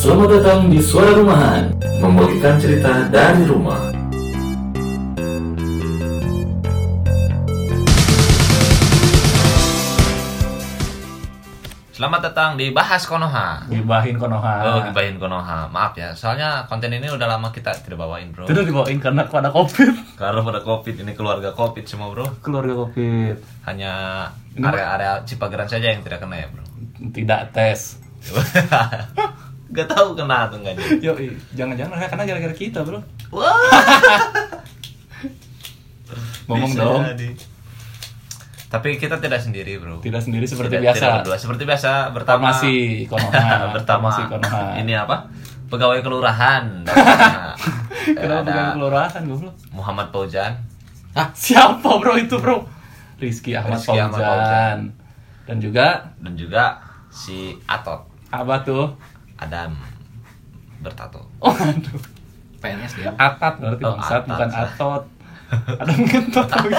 Selamat datang di Suara Rumahan, membagikan cerita dari rumah. Selamat datang di Bahas Konoha. Gibahin Konoha. Gibahin Konoha. Maaf ya, soalnya konten ini udah lama kita tidak bawain, bro. Itu dibawain karena ada Covid. Karena pada Covid, ini keluarga Covid semua, bro. Keluarga Covid. Hanya area-area Cipageran saja yang tidak kena ya, bro. Tidak tes. Gak tahu kena atau enggak dia. Yo, jangan-jangan karena gara-gara kita, bro. Wah. Ngomong Bisa dong. jadi. Tapi kita tidak sendiri, bro. Tidak sendiri seperti Tidak biasa. berdua. Seperti biasa bertama Farmasi Konoha. bertama Farmasi Konoha. ini apa? Pegawai kelurahan. Kenapa bukan Ada kelurahan, goblok? Muhammad Paujan. Ah, siapa, bro, itu, bro? Rizky Ahmad Rizky Ahmad Fauzan. Fauzan. Dan juga Si Atot apa tuh? Adam bertato. Oh, aduh. PNS dia. Atat berarti Oh, bangsat, Atat. bukan Atot. Ada ngentot lagi.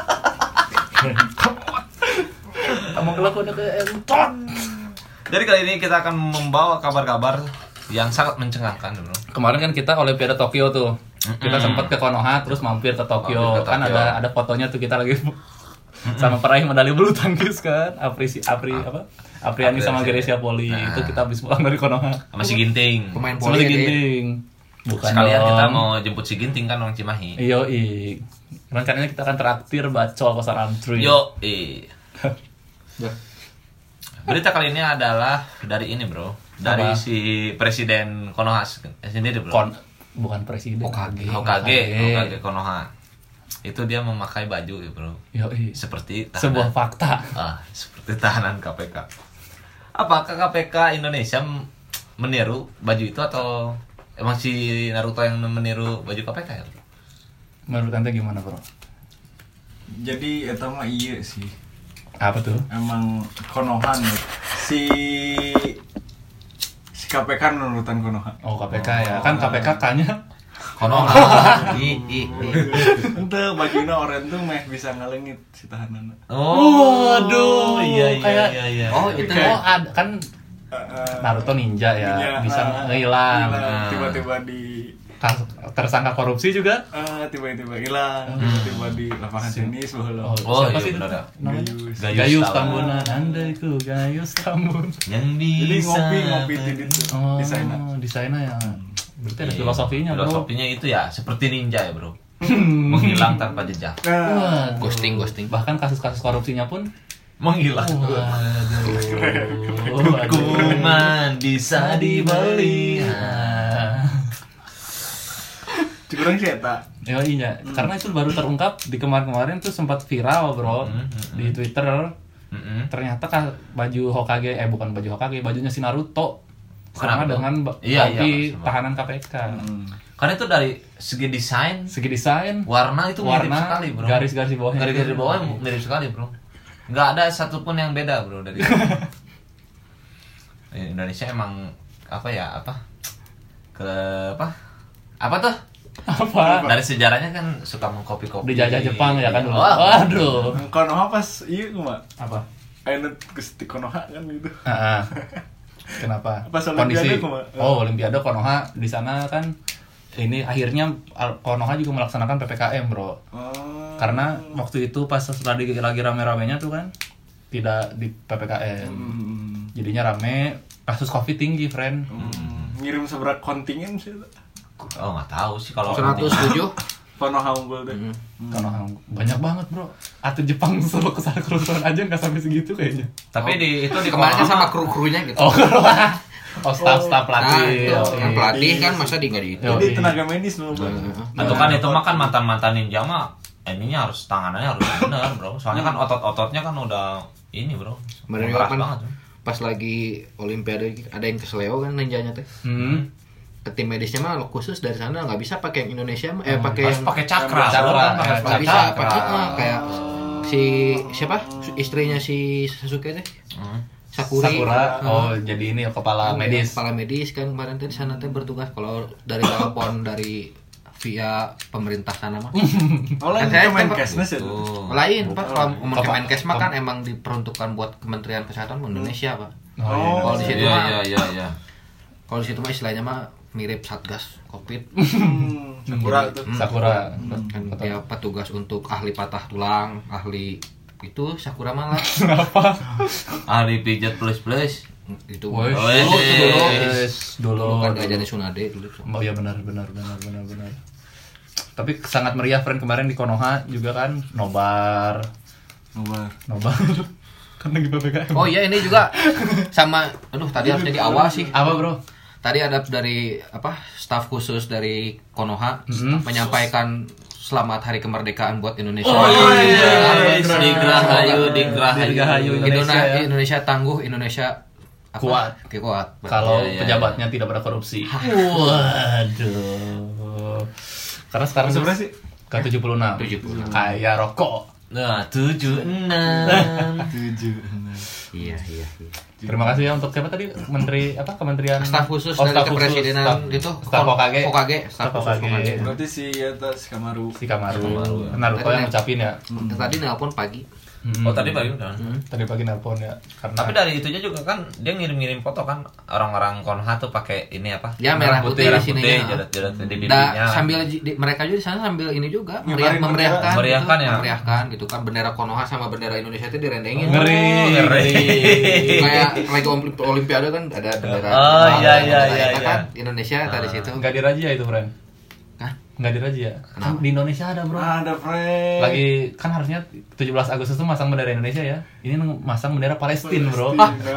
Kamu kelakuan kayak entot. Jadi kali ini kita akan membawa kabar-kabar yang sangat mencengangkan, bro. Kemarin kan kita Olimpiade Tokyo tuh. Kita sempat ke Konoha terus mampir ke Tokyo. Mampir ke Kan Tokyo. ada fotonya tuh kita lagi sama peraih medali bulu tangkis kan. Apriani sama Grecia Poli. Nah. Itu kita habis pulang dari Konoha. Masih Ginting. Pemain Sama poli si ya dia. Ginting. Bukan Sekalian dong. kita mau jemput si Ginting kan orang Cimahi. Iyo, rencananya kita akan traktir bacol pasar antri. Yo, Berita kali ini adalah dari ini, bro. Dari Apa? si Presiden Konoha sendiri, bro. Bukan presiden. Hokage Konoha. Itu dia memakai baju, ya, bro. Yo, Seperti sebuah fakta. seperti tahanan KPK. Apakah KPK Indonesia meniru baju itu atau emang si Naruto yang meniru baju KPK ya, bro? Menurut anda gimana, bro? Jadi eta mah iya sih. Apa tuh? Emang Konoha nih. Si KPK nurutan Konoha. Oh, KPK ya. Kan KPK K-nya Konoha. Ente bajunya oranye tuh meh bisa ngalengit si tahanan. Waduh, iya. Oh, itu ada kan Naruto ninja ya, bisa ngilang. Tiba-tiba di Tersangka korupsi juga. tiba-tiba hilang, tiba-tiba di lapangan tenis baheula. Oh, siapa iya, sih benar, itu? ya. Namanya? Gayus. Gayus Tambunan. Tambunan, andaiku Gayus Tambun. Yang Jadi bisa ngopi di situ. Oh, Desainnya. desainnya ya. Berarti ada Iya, filosofinya, bro. Filosofinya itu ya seperti ninja ya, bro. Menghilang tanpa jejak. Nah, ghosting. Bahkan kasus-kasus korupsinya pun Menghilang. waduh. Hukuman bisa dibeli. kurang sih eta. Ya iya, karena itu baru terungkap di kemarin-kemarin tuh sempat viral, bro, di Twitter. Ternyata baju Hokage, bukan baju Hokage, bajunya si Naruto sama Kenapa? dengan Iya, topi sama. tahanan KPK. Karena itu dari segi desain, Segi desain, warna itu mirip warna, sekali, bro. garis-garis di bawahnya. Garis-garis di bawah mirip sekali, bro. Nggak ada satupun yang beda, bro, dari Indonesia emang apa tuh? Apa? Dari sejarahnya kan suka mengkopi-kopi. Dijajah Jepang ya kan dulu. Wah. Waduh. Konoha pas iya kumaha? Apa? Ayeuna geus di Konoha kan gitu. Heeh. Kenapa? Pas Olimpiade kumaha? Oh, Olimpiade Konoha di sana kan ini akhirnya Konoha juga melaksanakan PPKM, bro. Oh. Karena waktu itu pas lagi rame-ramenya tuh kan tidak di PPKM. Jadinya rame, kasus Covid tinggi, friend. Ngirim seberapa kontingen sih? Oh, nggak tahu sih kalau 107. Konoha unggul deh. Konoha banyak banget, bro. Atlet Jepang solo kesana kerusuhan aja nggak sampai segitu kayaknya. Tapi itu di Kemarin Konoha sama kru-krunya gitu. Oh, staff Nah, pelatih. itu Oke. kan pelatih kan masa di nggak di itu. Jadi tenaga medis dulu, Bang. Atau kan itu mah kan mantan-mantan ninja mah ininya harus tanganannya harus benar, bro. Soalnya kan otot-ototnya kan udah ini, bro. Kemarin Keras kan banget. pas lagi Olimpiade ada yang kesleo kan ninjanya teh. Ke tim medisnya mah khusus dari sana nggak bisa pakai yang Indonesia mah pakai Harus yang pakai cakra, Cakra, bro, kan ya, pakai nggak bisa cakra. pakai kayak si siapa istrinya si Sasuke teh Sakura. Oh, jadi ini kepala medis. Kepala medis kan kemarin teh di sana teh bertugas kalau dari telepon dari via pemerintah sana mah. Oh, lain Kan saya Kemenkesnes ya? Tuh. Lain Pak, kalau ngomong Apa? Kemenkes mah kan emang diperuntukkan buat Kementerian Kesehatan Indonesia Pak. Oh, iya. Kalau di situ Iya, mah iya. Kalau di situ mah istilahnya mah mirip satgas Covid. Sakura tuh. Sakura. Kan dia petugas untuk ahli patah tulang, ahli itu Sakura malah Kenapa? Ahli pijat plus. itu. Woi, Dulu kan diajarin Tsunade dulu. Oh iya benar. Tapi sangat meriah friend kemarin di Konoha juga kan nobar. Kan lagi PPKM. Oh iya ini juga sama tadi harusnya di awal sih. Apa bro? Tadi ada dari staf khusus dari Konoha menyampaikan selamat hari kemerdekaan buat Indonesia. Oh iya, Digrahayu Indonesia tangguh, Indonesia kuat. Kalau pejabatnya tidak pada korupsi. Waduh. Karena sekarang Seberapa sih? ke 76. Kayak rokok. Nah, 76. Iya. Terima kasih ya untuk siapa tadi? Kementerian Staf khusus dari kepresidenan itu. Staf Hokage. Staf Hokage. Berarti si Kamaru. Si Kamaru. Naruto yang ngucapin ya. Tadi nelpon pagi. Oh tadi pagi udah. Tadi pagi nelpon ya. Karena Tapi dari itunya juga kan dia ngirim foto kan orang-orang Konoha tuh pakai ini apa? Ya merah putih di sini. Jadat di bibinya. Sambil mereka juga di sana sambil ini juga memeriahkan gitu kan bendera Konoha sama bendera Indonesia itu direndengin. ngeri. Kayak lagi Olimpiade kan ada bendera. Oh iya. Kan Indonesia tadi situ. Enggak dirajia itu, friend. Hah? Enggak dirajia. Kenapa? Di Indonesia ada, bro. Ada friend. Lagi kan harusnya 17 Agustus tuh masang bendera Indonesia ya. Ini masang bendera Palestina, bro.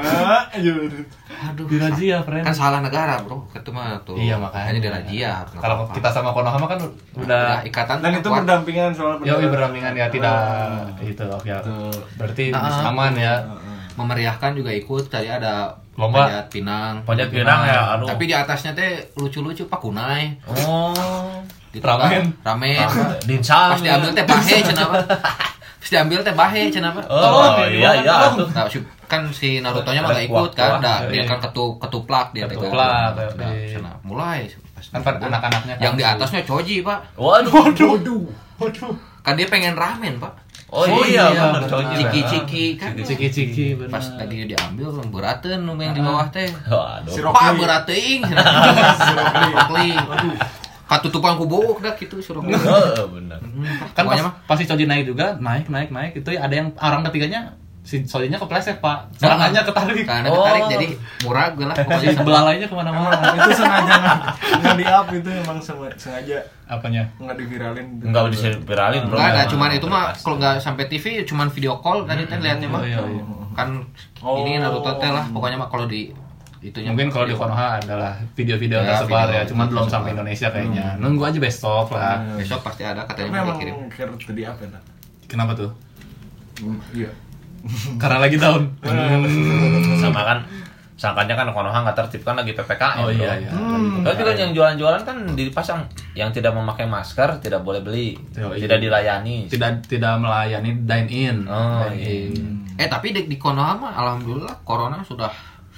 Aduh. Dirajia, friend. Kan salah negara, bro. Itu mah tuh. Iya, makanya. Hanya dirajia. Kalau kita sama Konoha kan udah ikatan Dan itu kuat. berdampingan soal berdampingan ya, tidak itu oke. Berarti aman ya. Memeriahkan juga ikut. Tadi ada Lomba. Panjat Pinang ya, aduh. Tapi di atasnya teh lucu-lucu Pak Kunai. Oh. Gitu, Ramen. Dinsam. Pas diambil teh bahe cenah. Pas diambil teh bahe cenah. Oh iya. Nah, kan si Naruto-nya mah gak ikut kan. Dia kan ketuplak dia teh. Ketuplak. Cenah. Mulai Kan anak-anaknya yang di atasnya Choji, Pak. Waduh. Kan dia pengen ramen, Pak. Oh iya bener Choji. Ciki-ciki kan. Ciki bener. Pas tadi diambil berateun nu yang di bawah teh. Waduh. Pak berat teuing. Sirokli. Aduh. Katutupan ku beuh dah kitu sirokli. Bener. Kan Pokoknya mah pasti Choji naik juga, naik itu ada yang orang ketiganya si Chojinya kepleset, Pak. Serangannya ketarik. karena ketarik jadi murah gue lah pokoknya. Belalainya kemana-mana. Itu sengaja nggak di up itu emang sengaja Apanya? nggak diviralin. Enggak bisa viralin, bro. Enggak ada, cuman itu mah kalau nggak sampai TV cuman video call tadi teh lihatnya mah. Iya. Kan ini Naruto teh lah pokoknya mah kalau di itunya Mungkin kalau di Konoha adalah video-video yang tersebar ya, cuman belum sampai Indonesia kayaknya. Nunggu aja besok lah. besok pasti ada Tapi katanya mau emang dikirim. kayak di up ya. Nak? Kenapa tuh? Iya. Karena lagi down. Sama kan sangkanya kan Konoha nggak tertib kan lagi PPKM. Oh iya. Tapi juga yang jualan-jualan kan dipasang yang tidak memakai masker tidak boleh beli, Oh, iya. tidak dilayani. Tidak melayani dine in. Oh, Dine in. Tapi di Konoha mah alhamdulillah corona sudah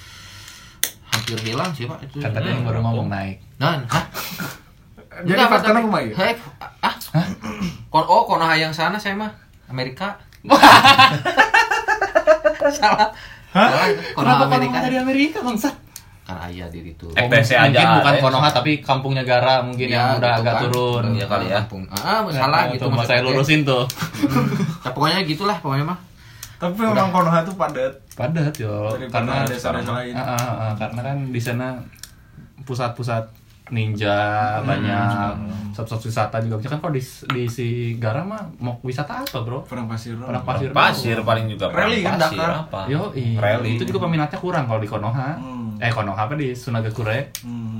hampir hilang sih, Pak. Itu. Kan tadi yang baru ngomong naik. Nah, Jadi faktornya kemana ya? Konoha yang sana saya mah Amerika. Salah. Konoha Amerika. dari Amerika, bangsat? Kan ayah di itu. FTC aja Mungkin bukan ada. Konoha tapi kampungnya Gara mungkin yang udah gitu agak kan. turun. Iya kali ya. Salah gitu Tuh, mau saya lurusin tuh. Nah, pokoknya gitulah pokoknya mah. Tapi memang Konoha itu padat. Padat yo, Karena desa-desa lain. karena kan di sana pusat-pusat ninja banyak, spot wisata juga. Kan kalau di si Gara mah mau wisata apa, Bro? Padang pasir. Pasir paling juga Rally kan, pasir Dakar. apa? Yo, Rally. itu juga peminatnya kurang kalau di Konoha. Konoha apa di Sunagakure?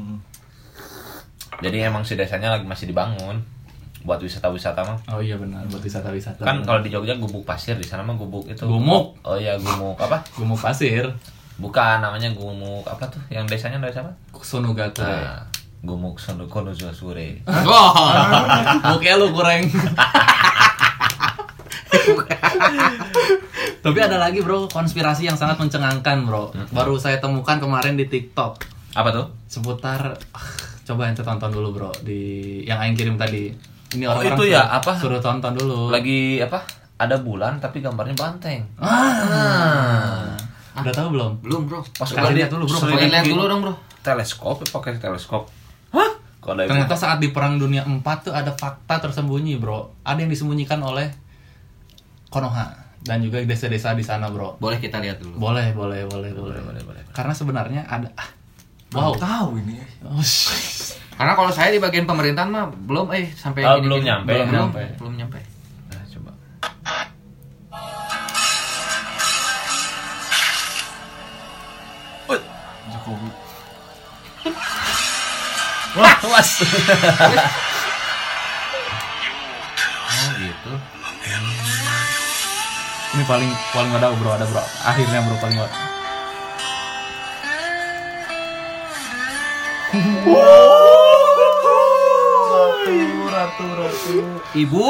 Jadi emang si desanya lagi masih dibangun buat wisata-wisata mah. Oh iya benar, buat wisata-wisata. Kan kalau di Jogja gubuk pasir, di sana mah gubuk itu. Gumuk. Oh iya, gumuk apa? Gumuk pasir. Bukan, namanya gumuk apa tuh? Yang desanya dari siapa? Sunugakure. Nah, gumuk Konosuasure. Wah, oke lu kurang. Tapi ada lagi, Bro, konspirasi yang sangat mencengangkan, Bro. Baru saya temukan kemarin di TikTok. Apa tuh? Seputar coba ente tonton dulu, Bro, di yang aing kirim tadi. Ini orang-orang itu ya, apa? Suruh tonton dulu. Lagi apa? Ada bulan tapi gambarnya banteng. Udah tahu belum? Belum, Bro. Pas Kasih lihat dulu, bro. Lihat dulu dong, Bro. Teleskop, pakai teleskop. Hah? Kok ada Ternyata saat di Perang Dunia 4 tuh ada fakta tersembunyi, bro. Ada yang disembunyikan oleh Konoha dan juga desa-desa di sana, bro. Boleh kita lihat dulu. Boleh. boleh. Karena sebenarnya ada wow. Tahu ini. Oh, shh. Karena kalau saya di bagian pemerintahan mah belum sampai gini. Belum nyampe. Belum nyampe. Nah, coba. Jokowi. Wah, was. Oh, gitu. Ini paling ada bro. Akhirnya bro paling ada. Ratu. Ibu.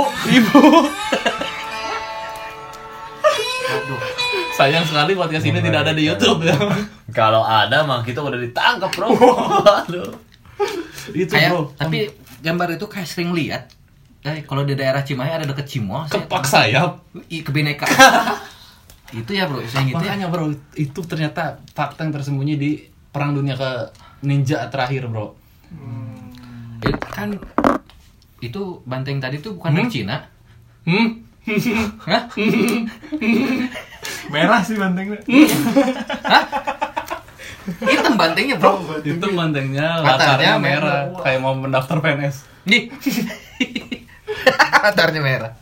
Sayang sekali podcast ini tidak ada di YouTube ya. Kalau ada mah kita udah ditangkap, bro. Aduh. Itu Kayak, bro. tapi gambar itu kayak sering lihat. Kalau di daerah Cimahi ada deket Cimoh. Kepak sayap. Kebinekaan. Itu ya, Bro. Saya gitu ya. Makanya bro, itu ternyata fakta yang tersembunyi di Perang Dunia ke Ninja terakhir bro. Kan itu banteng tadi tuh bukan dari Cina. Hah? Merah sih bantengnya. Hitam bantengnya, Bro. Itu bantengnya Latarnya latarnya merah, kayak mau mendaftar PNS. Nih. Latarnya merah.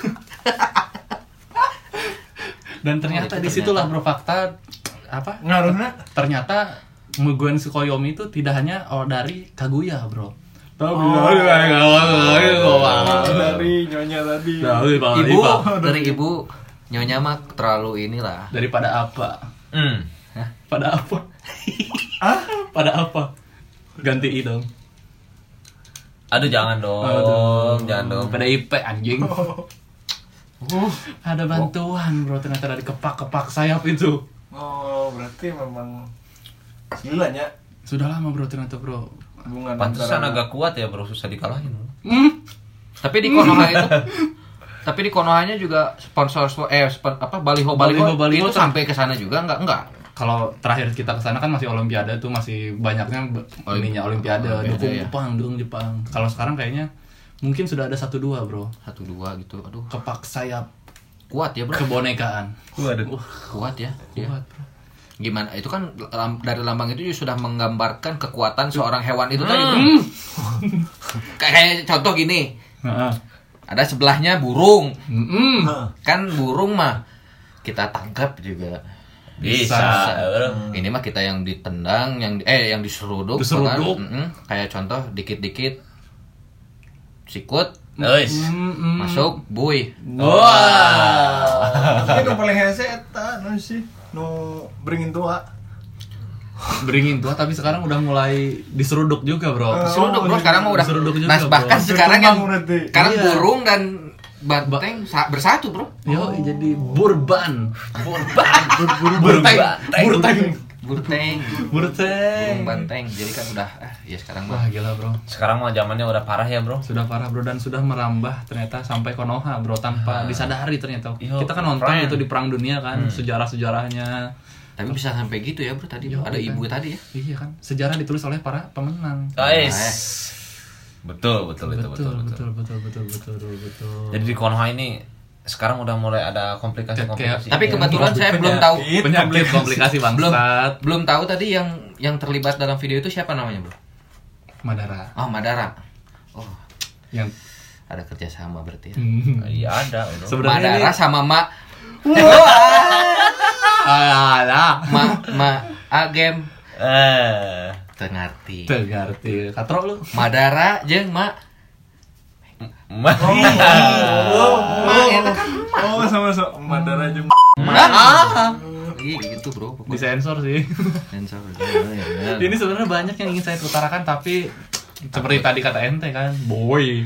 Dan ternyata itu disitulah ternyata. bro fakta apa? Ngaruhnya Ternyata Mugen Tsukuyomi itu tidak hanya dari Kaguya bro. dari nyonya tadi. Ibu, dari ibu nyonya mah terlalu inilah. Daripada apa? Hah? Pada apa? Pada apa? Ganti i dong. Aduh, jangan dong. Jangan dong. PDIP anjing. Ada bantuan bro ternyata dari kepak-kepak sayap itu. Oh, berarti memang gilanya Sudah lama bro ternyata bro. hubungan Pantesan agak kuat ya, bro, susah dikalahin. Tapi di Konoha itu tapi di Konohanya juga baliho Baliho itu sampai ke sana juga enggak. Kalau terakhir kita kesana kan masih Olimpiade tuh masih banyaknya ininya Olimpiade Olimpiade, dukung Jepang. Kalau sekarang kayaknya mungkin sudah ada 1-2 bro. 1-2 gitu. Aduh, Kepak sayap kuat ya, Bro. kebonekaan. Waduh. Kuat ya. Dia. Kuat bro. Gimana? Itu kan dari lambang itu juga sudah menggambarkan kekuatan seorang hewan itu tadi, Bro. Kayak contoh gini. Ada sebelahnya burung. Kan burung mah kita tangkap juga. Bisa, bro. Ini mah kita yang ditendang, yang diseruduk. Diseruduk. Kan? Kayak contoh dikit-dikit sikut Guys. masuk buih. Wah. Ini nu paling hese eta nu sih nu beringin tua. Beringin tua tapi sekarang udah mulai diseruduk juga bro. Diseruduk, Bro. Sekarang mah udah. Diseruduk juga, Nah, bro. bahkan sekarang yang Berkembang berarti. sekarang Iya. burung dan banteng bersatu, Bro. Yo jadi burban. Burteng. Burteng. Burteng. Burung banteng. Jadi kan udah ya sekarang Wah mah. gila bro. Sekarang mah zamannya udah parah ya, bro. Sudah parah bro dan sudah merambah ternyata sampai Konoha bro tanpa disadari ternyata. Yo, Kita kan nonton keren. itu di Perang Dunia kan sejarah-sejarahnya. Tapi bisa sampai gitu ya, Bro. Tadi Yo, ada kan. ibu tadi ya. Iya kan sejarah ditulis oleh para pemenang. Guys. Betul itu, betul. Jadi di Konoha ini sekarang udah mulai ada komplikasi-komplikasi. Tapi kebetulan saya belum tahu Penyakit komplikasi bangsat. belum tahu tadi yang terlibat dalam video itu siapa namanya, Bro? Madara. Oh, Madara. Oh, Yang ada kerjasama berarti ya. Iya ada, bro. sebenarnya Madara sama alah. Agem tengarti. Tengarti. Katro lu. Madara jeung Mah. eta kan Oh, sama-sama Madara jeung gitu, Bro. Disensor sih. Sensor. Ini sebenarnya banyak yang ingin saya utarakan tapi seperti tadi kata ente kan, boy.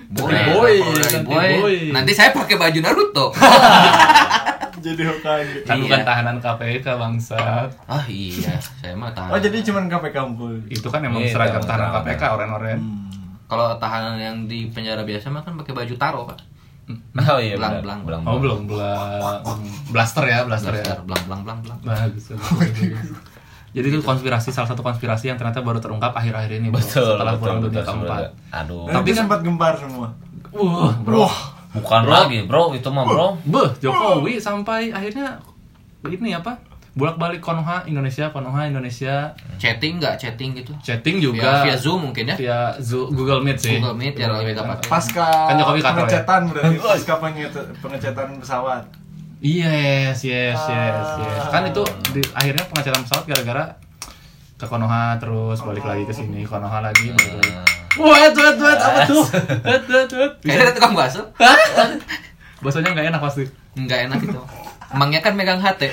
Boy. Nanti saya pakai baju Naruto. jadi Hokage. Kan Iya. bukan tahanan KPK bangsat. Ah iya, saya mah tahan. Oh, jadi cuman KPK kampus. Itu kan emang Iya, seragam tahanan tahanan KPK. KPK oren-oren. Kalau tahanan yang di penjara biasa mah kan pakai baju taro, Pak. Oh iya, Belang. Oh belum blaster ya. Belang. Bagus. Jadi itu salah satu konspirasi yang ternyata baru terungkap akhir-akhir ini, bro. Betul, Setelah betul, Perang Dunia betul, keempat. betul. Aduh. Tapi sempat gempar semua. Bro. Bukan lagi, bro. Itu mah, bro. Jokowi sampai akhirnya ini apa? Bolak-balik Konoha Indonesia. Chatting gitu. Chatting juga. Via Zoom mungkin ya. Via Google Meet sih. Google Meet ya lebih tepat. Pasca Kan Jokowi katro, ya? pengecetan berarti pasca pengecetan pesawat. Yes. Kan itu akhirnya pengecetan pesawat gara-gara ke Konoha terus balik lagi ke sini, Konoha lagi. Wait, apa tuh? Wait. Kayaknya ada tukang bakso. Baksonya nggak enak pasti. Enggak enak itu. Emangnya kan megang HT.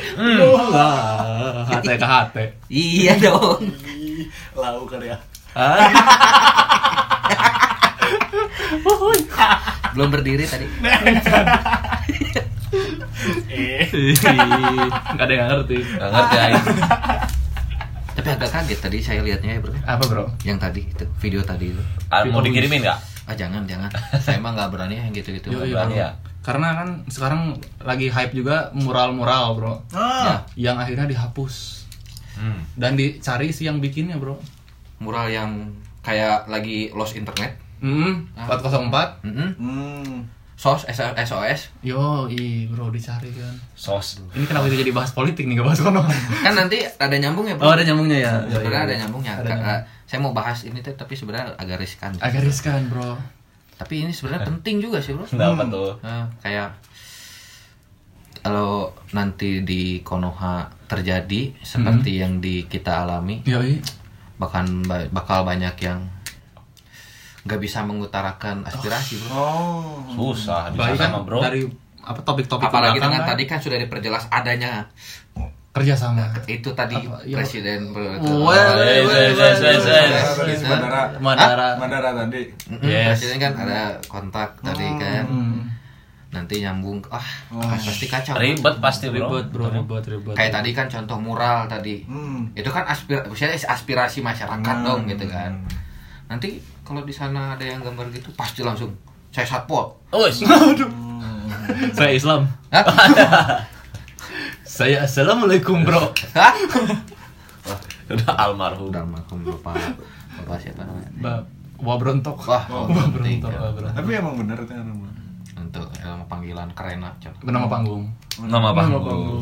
HT ke HT. Iya dong. Lau kali ya. Belum berdiri tadi. Nggak ada yang ngerti. Enggak ngerti aing. Tapi agak kaget tadi saya lihatnya ya bro. Apa bro? Yang tadi itu video tadi itu. Mau dikirimin enggak? Jangan. Saya emang nggak berani yang gitu-gitu. Yoi, Berani bro. ya. Karena kan sekarang lagi hype juga mural bro. Ya, Yang akhirnya dihapus dan dicari si yang bikinnya bro. mural yang kayak lagi lost internet. 404. SOS. Yo, bro dicari kan. Sos. Ini kenapa itu jadi bahas politik nih, gak bahas Konoha? Kan nanti ada nyambung ya, Oh, Bro. ada nyambungnya ya. Sebenarnya ada nyambungnya. Ada nyambung. Saya mau bahas ini tapi sebenarnya agak riskan. Agak riskan, bro. Tapi ini sebenarnya penting juga sih, Bro. Kenapa tuh? Kayak kalau nanti di Konoha terjadi seperti yang kita alami, Yoi. bakal banyak yang nggak bisa mengutarakan aspirasi, Bro. Susah bisa Baik kan sama, bro. dari apa topik-topik Apalagi belakang dengan kan? tadi kan sudah diperjelas adanya Kerjasama. itu tadi Apa? Iya. presiden Mandara tadi. Yes. presiden kan ada kontak tadi kan nanti nyambung pasti kacau Ribet pasti, bro. Ribet, bro, ribet. kayak tadi kan contoh mural tadi itu kan aspirasi masyarakat dong gitu kan nanti kalau di sana ada yang gambar gitu pasti langsung saya satpol. Saya Islam. Hah? Saya assalamualaikum, bro. Hah? Udah almarhum. Udah almarhum bapak siapa namanya? Wabrontok. Wah, Wabrontok. Tapi emang bener itu kan. untuk panggilan keren lah coba. Nama panggung. Nama panggung.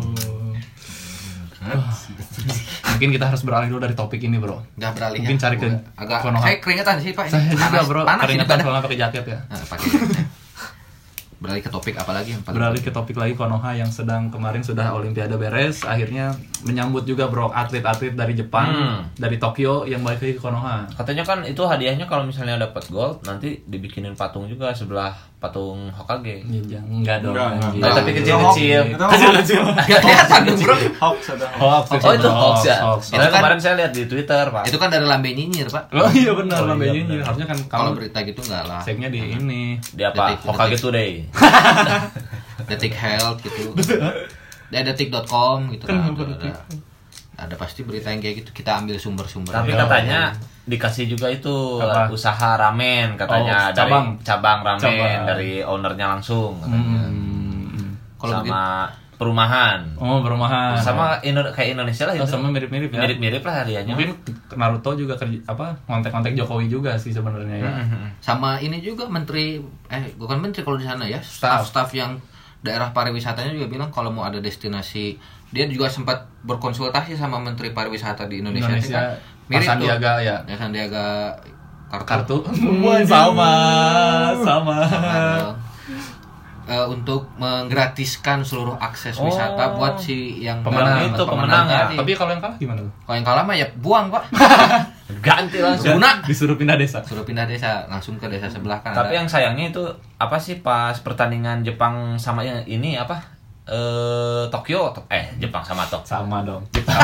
Mungkin kita harus beralih dulu dari topik ini, bro. Nggak beralih Mungkin cari ke agak Konoha. saya keringetan sih pak. Saya juga, bro. Panas ini Keringetan badan. soalnya pakai jaket ya. Nah, pakai jaketnya. Beralih ke topik apa lagi yang paling Beralih ke topik lagi Konoha yang sedang kemarin sudah Olimpiade beres, akhirnya menyambut juga bro atlet-atlet dari Jepang, dari Tokyo yang balik lagi ke Konoha. Katanya kan itu hadiahnya kalau misalnya dapat gold nanti dibikinin patung juga sebelah patung Hokage. Enggak dong. Enggak. anjing. Tapi kecil-kecil. Itu Kecil-kecil. Nggak kelihatan dong bro. hoax ada. Hoax. Oh itu hoax ya? Hoax. Itu kemarin saya lihat di Twitter, Pak. Itu kan dari lambe nyinyir pak. Oh iya benar, Oh, lambe iya, nyinyir. benar. Harusnya kan Kalau kamu berita gitu nggak lah. ceknya di ini. Di apa? Detik. Hokage Today. Detik Health gitu. Detik.com gitu kan. Ada pasti berita yang kayak gitu. Kita ambil sumber-sumber. Tapi katanya dikasih juga itu Apa? usaha ramen katanya Oh, dari cabang ramen Cabang. dari ownernya langsung katanya. Kalau Sama perumahan. Oh perumahan. Sama kayak Indonesia lah Oh, itu. sama mirip-mirip ya. Mirip-mirip lah hadiahnya. Mungkin Naruto juga kontak-kontak Jokowi juga sih sebenarnya ya. sama ini juga menteri bukan menteri kalau di sana ya staff yang daerah pariwisatanya juga bilang kalau mau ada destinasi dia juga sempat berkonsultasi sama menteri pariwisata di Indonesia, itu kan Pak Sandiaga tuh. ya. Ya Sandiaga Kartu. sama. Untuk menggratiskan seluruh akses wisata buat si yang Pemenang itu, pemenang ya. tadi. Tapi kalau yang kalah gimana tuh? Kalau yang kalah mah ya buang pak Ganti langsung. guna Disuruh pindah desa. suruh pindah desa langsung ke desa sebelah kan Tapi ada. yang sayangnya itu apa sih pas pertandingan Jepang sama yang ini apa? Tokyo Jepang sama Tokyo. Sama dong.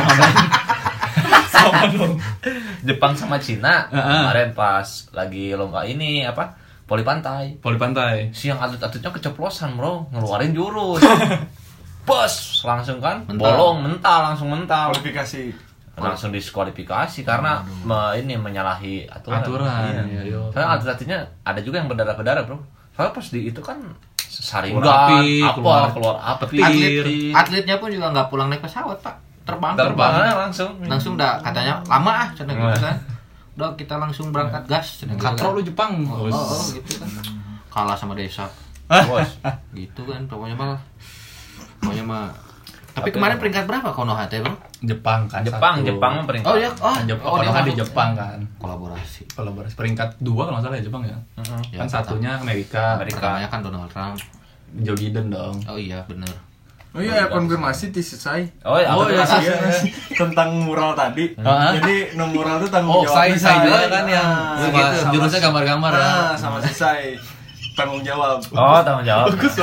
Sama dong. Jepang sama Cina kemarin pas lagi lomba ini apa? Voli pantai. Voli pantai. Si yang atlet-atletnya keceplosan, Bro, ngeluarin jurus. Bos, langsung kan Mental. langsung mental. Kualifikasi. Langsung diskualifikasi karena ini menyalahi aturan. Aturan. Iya. Iya, Soalnya atlet-atletnya ada juga yang berdarah-berdarah, Bro. Soalnya pas di itu kan saringan, api, keluar api. Atletnya pun juga nggak pulang naik pesawat, Pak. Terbang langsung dah katanya lama cenah gitu kan. Udah kita langsung berangkat gas cenah gitu. Katro lu Jepang. Oh, gitu kan. Kalah sama desa. Bos. Gitu kan pokoknya mah. Tapi kemarin peringkat berapa Konoha teh, Bro? Jepang kan. Jepang peringkat. Oh iya, Konoha di Jepang kan. Kolaborasi Peringkat 2 kalau nggak salah ya Jepang ya. Kan satunya Amerika. Pertamanya kan Donald Trump. Joe Biden dong. Oh iya, bener. Oh iya, konfirmasi selesai. Oh iya, Tentang mural tadi. Jadi mural itu tanggung jawab. Saya juga kan yang jurusnya gambar-gambar ya. Sama selesai. Tanggung jawab. Oh, tanggung jawab. Bagus.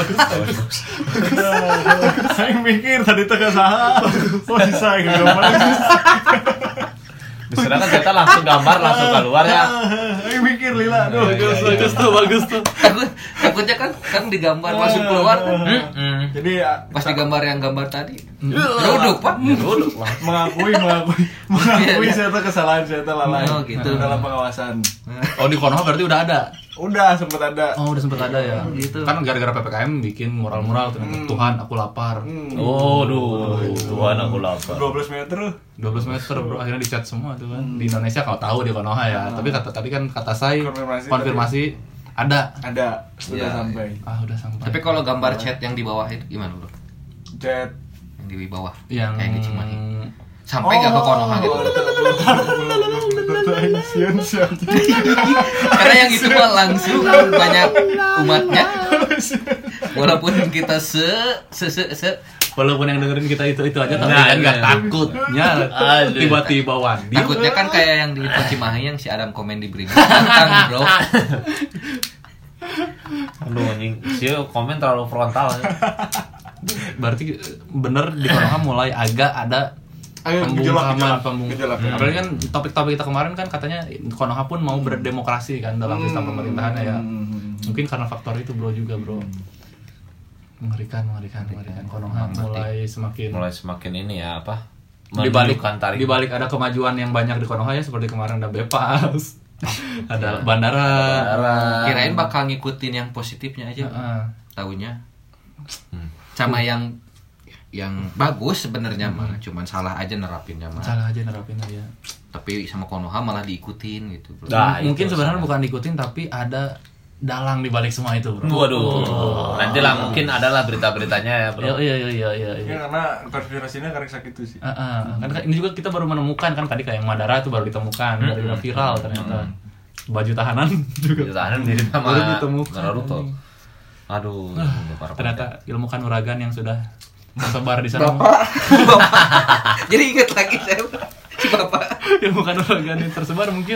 Saya mikir tadi tengah saha. Oh, selesai gambar. Sedangkan kita langsung gambar langsung keluar ya. Saya mikir lila. Bagus tuh. Takutnya kan digambar masuk keluar. Jadi Pas digambar yang gambar tadi. Duduk, Pak. mengakui saya kesalahan saya lalai. Oh, gitu. Dalam pengawasan. Oh, di Konoha berarti udah ada. Udah sempat ada. Oh, udah sempat ada ya. Gitu. Kan gara-gara PPKM bikin mural-mural tuh. Tuhan, aku lapar. Oh, Tuhan aku lapar. 12 meter. 12 meter, Bro. Akhirnya dicat semua tuh kan. Di Indonesia kalau tahu di Konoha ya. Tapi tadi kan kata saya konfirmasi ada. Sudah Ya. sampai. Udah sampai. Tapi kalau gambar chat yang di bawah itu gimana, Bro? Chat Yang di bawah. yang kayak di Cimahi. Sampai nggak ke Konoha gitu. Sian. Karena yang itu mah langsung banyak umatnya. Walaupun kita walaupun yang dengerin kita itu aja tapi Nah, kan nggak iya. takutnya tiba-tiba Wandi. takutnya kan kayak yang di Cimahi yang si Adam komen di Bring. Tentang, Bro. Aduh anjing, sih komen terlalu frontal ya. Berarti bener di Konoha mulai agak ada pembungkaman. Apalagi kan topik-topik kita kemarin kan katanya Konoha pun mau berdemokrasi kan dalam sistem pemerintahannya ya. Mungkin karena faktor itu Bro juga, Bro. Mengerikan Konoha mulai semakin ini ya apa? Di balik ada kemajuan yang banyak di Konoha ya, seperti kemarin ada Bepas. Ada bandara. Kirain bakal ngikutin yang positifnya aja. Taunya sama yang bagus sebenarnya mah, cuman salah aja nerapinnya mah. Tapi sama Konoha malah diikutin gitu, Bro. Mungkin sebenarnya bukan diikutin tapi ada dalang di balik semua itu, Bro. Waduh. Nanti lah mungkin adalah berita-beritanya ya, Bro. Iya. Ya karena konspirasinya karena sakit itu sih. Kan ini juga kita baru menemukan kan tadi kayak yang Madara itu baru ditemukan dari viral ternyata. Baju tahanan juga. Baju tahanan mirip sama baru ditemukan. Naruto. Aduh, ternyata ilmu kanuragan yang sudah tersebar di sana. Bapak. Jadi ingat lagi saya si Bapak. Ilmu kanuragan yang tersebar mungkin.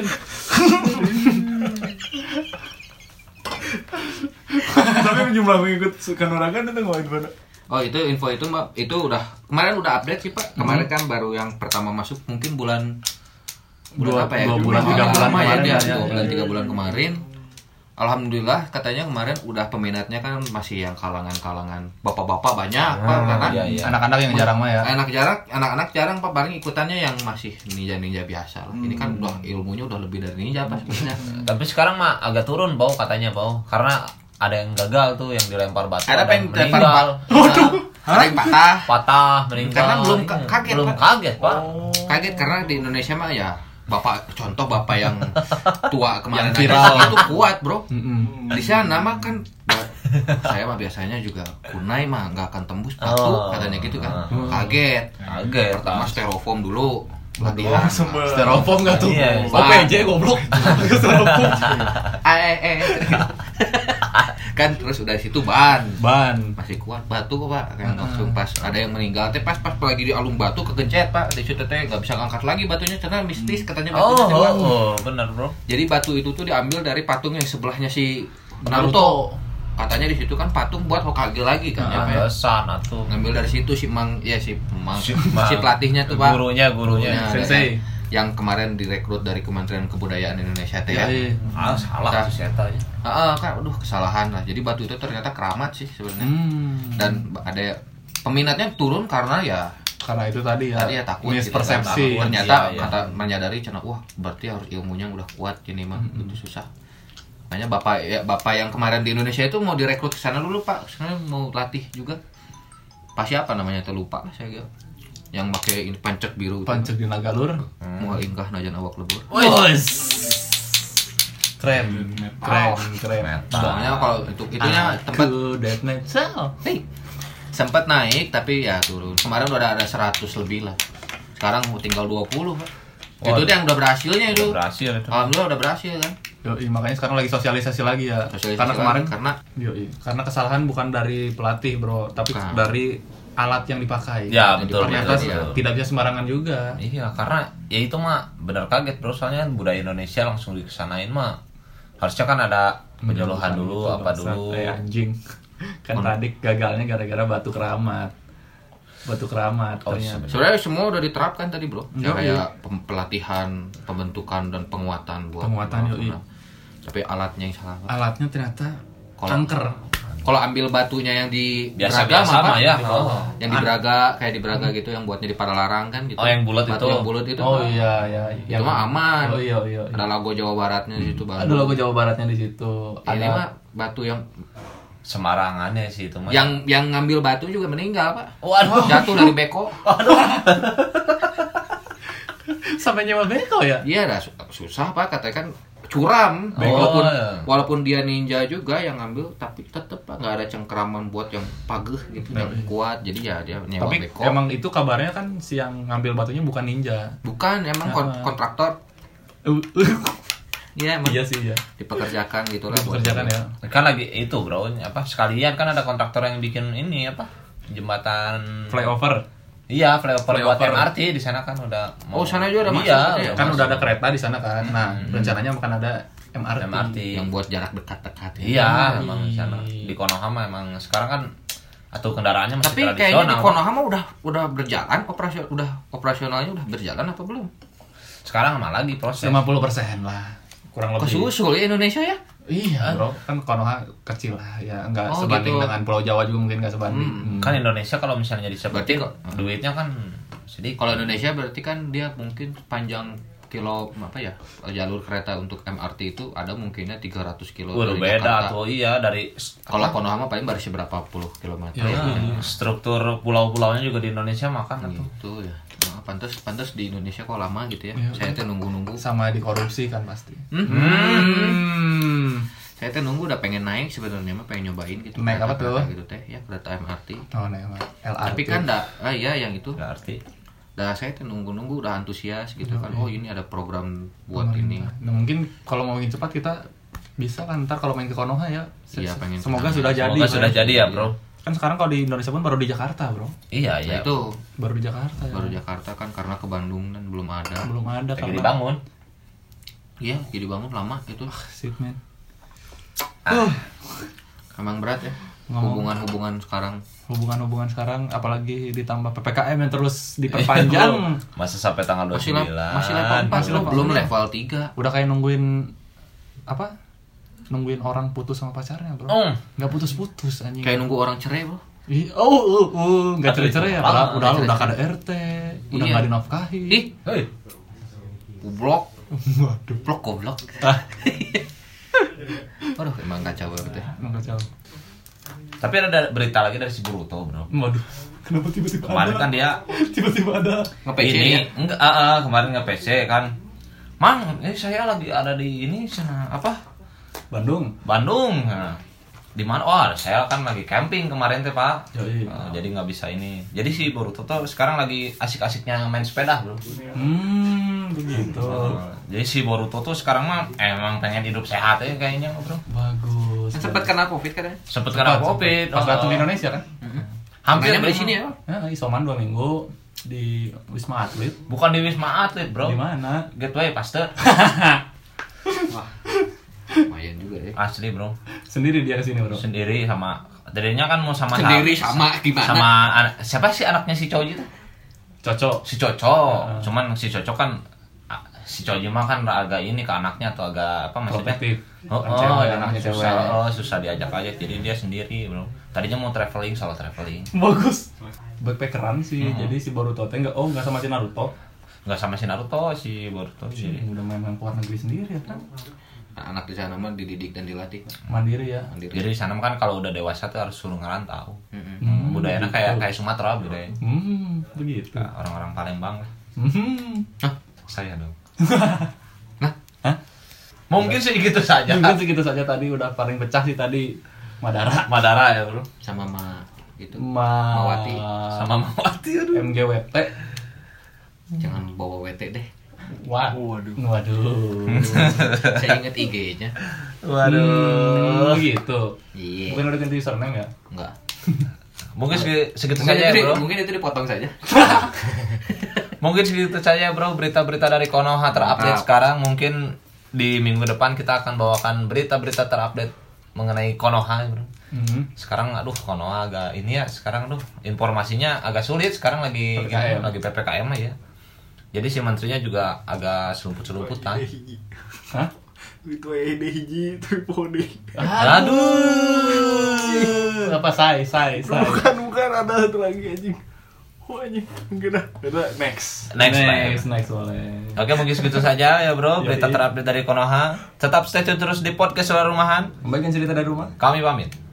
Tapi jumlah pengikut kanuragan itu ngapain mana? Oh, info itu Mbak, itu kemarin udah update sih, Pak. Kemarin kan baru yang pertama masuk mungkin bulan 2 bulan 3 bulan kemarin ya, 3 bulan kemarin. Alhamdulillah katanya kemarin udah peminatnya kan masih yang kalangan bapak-bapak banyak, Pak, karena anak-anak yang jarang mah ya. Anak-anak jarang, Pak, paling ikutannya yang masih ninja biasa lah. Ini kan udah ilmunya udah lebih dari ninja, Pak, sebenarnya. Tapi sekarang mah agak turun bau katanya bau karena ada yang gagal tuh yang dilempar batu. Ada yang meninggal. Ada yang patah meninggal. Karena belum kaget, belum Pak. Kaget, Pak. Kaget karena di Indonesia mah ya contoh bapak yang tua kemarin yang viral itu kuat, Bro. Di sana mah kan saya mah biasanya juga kunai mah nggak akan tembus batu katanya gitu kan. Kaget. Pertama styrofoam dulu. Latihan. Styrofoam nggak tuh? Iya. OPJ goblok. Styrofoam. Kan terus udah situ ban masih kuat batu kok, Pak, kan langsung pas ada yang meninggal teh pas lagi di alung batu kegencet, Pak, di situ teh nggak bisa ngangkat lagi batunya karena mistis katanya batunya. Benar, Bro. Jadi batu itu tuh diambil dari patung yang sebelahnya si Naruto. Katanya di situ kan patung buat Hokage lagi kan ya, Pak. Sana tuh. Ngambil dari situ si pelatihnya tuh, Pak. Gurunya sensei yang kemarin direkrut dari Kementerian Kebudayaan Indonesia teh ya. Salah tuh setanya. Kan kesalahan lah. Jadi batu itu ternyata keramat sih sebenarnya. Dan ada peminatnya turun karena itu tadi ya takut mispersepsi. Gitu, ternyata kata menyadari wah berarti harus ilmunya udah kuat gini mah itu susah. Makanya bapak yang kemarin di Indonesia itu mau direkrut ke sana dulu Pak. Sekarang mau latih juga. Pak siapa namanya tuh lupa saya kira. Yang pakai ini pancek biru. Pancek di Nagalur. Mau ingkah najan awak lebur. Wes. Keren. Soalnya kalau itunya tempat Dead Night Soul. sempat naik tapi ya turun. Kemarin udah ada 100 lebih lah. Sekarang tinggal 20 Pak. Itu dia yang udah berhasilnya itu. Berhasil itu. Alhamdulillah udah berhasil kan. Yoi, makanya sekarang lagi sosialisasi lagi ya. Karena kemarin karena kesalahan bukan dari pelatih, Bro, tapi dari alat yang dipakai. Ya, betul. Ternyata betul. tidak bisa sembarangan juga. Iya, karena ya itu mah benar kaget, Bro. Soalnya kan budaya Indonesia langsung dikesanain mah. Harusnya kan ada penyuluhan dulu, apa dulu. Anjing. Kan tadi gagalnya gara-gara batu keramat. Ternyata. Sebenarnya semua udah diterapkan tadi bro. Kayak pelatihan, pembentukan dan penguatan buat yoi. Tapi alatnya yang salah. Alatnya ternyata kanker. Kalau ambil batunya yang di biasa mah ya. Yang di Braga kayak di Braga gitu yang buatnya di Padalarang kan gitu. Oh, yang bulat batu itu. Yang bulat itu. Oh iya. Itu mah aman. Oh iya. Ada logo Jawa Baratnya di situ Ada logo Jawa Baratnya di situ. Ini mah batu yang semarangannya sih itu mah. Yang ngambil batu juga meninggal, Pak. Waduh. Jatuh dari beko. Sampai nyewa beko ya? Iya, susah Pak, katanya kan curam. Walaupun dia ninja juga yang ngambil, tapi tetep Pak nggak ada cengkeraman buat yang pageh gitu, yang kuat. Jadi ya dia nyewa tapi beko. Emang itu kabarnya kan si yang ngambil batunya bukan ninja. Bukan, emang kontraktor. Iya emang. Iya sih ya. Dipekerjakan gitu lah. Dipekerjakan ya. Kan lagi itu bro, sekalian kan ada kontraktor yang bikin ini jembatan flyover. Iya flyover buat MRT di sana kan udah. Sana juga ada masuk. Iya, kan udah ada kereta di sana kan. Nah rencananya akan ada MRT yang buat jarak dekat-dekat. Iya emang di sana di Konoha emang sekarang kan atau kendaraannya masih tapi tradisional. Tapi kayaknya di Konoha udah berjalan operasionalnya udah berjalan apa belum? Sekarang mah lagi proses 50% lah. Kurang lebih. Kesusul ya Indonesia ya? Iya bro, kan Konoha kecil lah ya, nggak sebanding gitu. Dengan Pulau Jawa juga mungkin nggak sebanding. Kan Indonesia kalau misalnya disebutin duitnya kan sedikit. Kalau Indonesia berarti kan dia mungkin panjang jalur kereta untuk MRT itu ada mungkinnya 300 kilo dari beda Jakarta. Tuh iya dari kalau Konoha mah paling baru berapa puluh kilometer. Ya. Struktur pulau-pulaunya juga di Indonesia makan gitu ya. Pantas di Indonesia kok lama gitu ya. Saya tuh nunggu sama dikorupsi kan pasti. Saya tuh nunggu udah pengen naik sebenarnya mah pengen nyobain gitu. Naik apa tuh? Gitu teh ya kereta MRT. Oh, naik LRT. Tapi kan yang itu. LRT. Saya tuh nunggu udah antusias gitu kan. Oh, ini ada program buat ini. Nah, mungkin kalau mau makin cepat kita bisa kan ntar kalau main ke Konoha ya. Iya, pengen. Semoga sudah jadi. Semoga sudah jadi ya, Bro. Kan sekarang kalau di Indonesia pun baru di Jakarta, Bro. Iya. Itu baru di Jakarta ya. Baru Jakarta kan karena ke Bandung dan belum ada karena dibangun. Iya, jadi bangun lama itu. Shit, man. Emang berat ya. Hubungan sekarang apalagi ditambah PPKM yang terus diperpanjang. Masa sampai tanggal 29. Masih level 4 belum level 3. Udah kayak nungguin orang putus sama pacarnya, Bro. Enggak putus-putus anjing. Kayak nunggu orang cerai, Bro. Enggak cerai ya, udah kada RT, udah enggak dinafkahi. Hei. Goblok. Waduh, goblok. Waduh, emang kacau banget ya. Emang kacau. Tapi ada berita lagi dari si Boruto, Bro. Waduh, kenapa tiba-tiba kemarin kan dia tiba-tiba ada nge-PC ini, ya? Enggak, kemarin nge-PC kan. Mang, saya lagi ada di ini sana Bandung. Nah, di mana? Saya kan lagi camping kemarin teh, Pak. Jadi nggak bisa ini. Jadi si Boruto tuh sekarang lagi asik-asiknya main sepeda, Bro. Begitu. Jadi si Boruto tuh sekarang mah emang pengen hidup sehat ya kayaknya, Bro. Bagus. Sempat kena Covid katanya. Sempat kena Covid. Pas datang ke Indonesia kan? Hampir di sini ya. Isoman 2 minggu di Wisma Atlet. Bukan di Wisma Atlet, Bro. Di mana? Gateway Pasteur. Wah. Lumayan juga ya. Asli, Bro. Sendiri dia kesini, Bro. Sendiri sama tadinya kan mau sama gimana? Sama siapa sih anaknya si Choji tuh? Si Coco. Cuman si Coco kan si Choji mah kan agak ini ke anaknya atau agak apa maksudnya? Anaknya cewek. Susah diajak aja. Jadi dia sendiri, Bro. Tadinya mau solo traveling. Bagus. Backpackeran sih. Jadi si Boruto teh enggak sama si Naruto. Enggak sama si Naruto, si Boruto sih. Udah main keluar negeri sendiri ya kan? Anak di sana mah dididik dan dilatih. Mandiri ya. Mandiri. Jadi di sana kan kalau udah dewasa tuh harus suruh ngerantau. Mm-mm. Budayanya kayak Sumatera budaya. Begitu. Nah, orang-orang Palembang lah. Hah? Saya dong. Hah? Mungkin sih gitu saja. Mungkin segitu saja tadi udah paling pecah sih tadi Madara. Madara ya, Bro. Sama itu Mawati. Sama Mawati aduh. MGWT. Jangan bawa WT deh. Waduh. Saya inget IG-nya. Gitu. Iya. Mungkin udah ganti username ya? Enggak. Mungkin segitu Mungkin saja ya, Bro. Mungkin itu dipotong saja. Mungkin segitu saja, Bro, berita-berita dari Konoha terupdate sekarang. Mungkin di minggu depan kita akan bawakan berita-berita terupdate mengenai Konoha, Bro. Sekarang Konoha agak ini ya, sekarang informasinya agak sulit sekarang lagi PPKM. lagi PPKM ya. Jadi si menterinya juga agak selumput-selumputan. Hah? Itu ide hiji itu pode. Aduh. Apa say. Bukan ada satu lagi anjing. Oh anjing, enggak dah. Next. Next boleh. Oke, mungkin segitu saja ya, Bro. Berita Yoi. terupdate dari Konoha. Tetap stay tune terus di podcast Suara Rumahan. Membagikan cerita dari rumah. Kami pamit.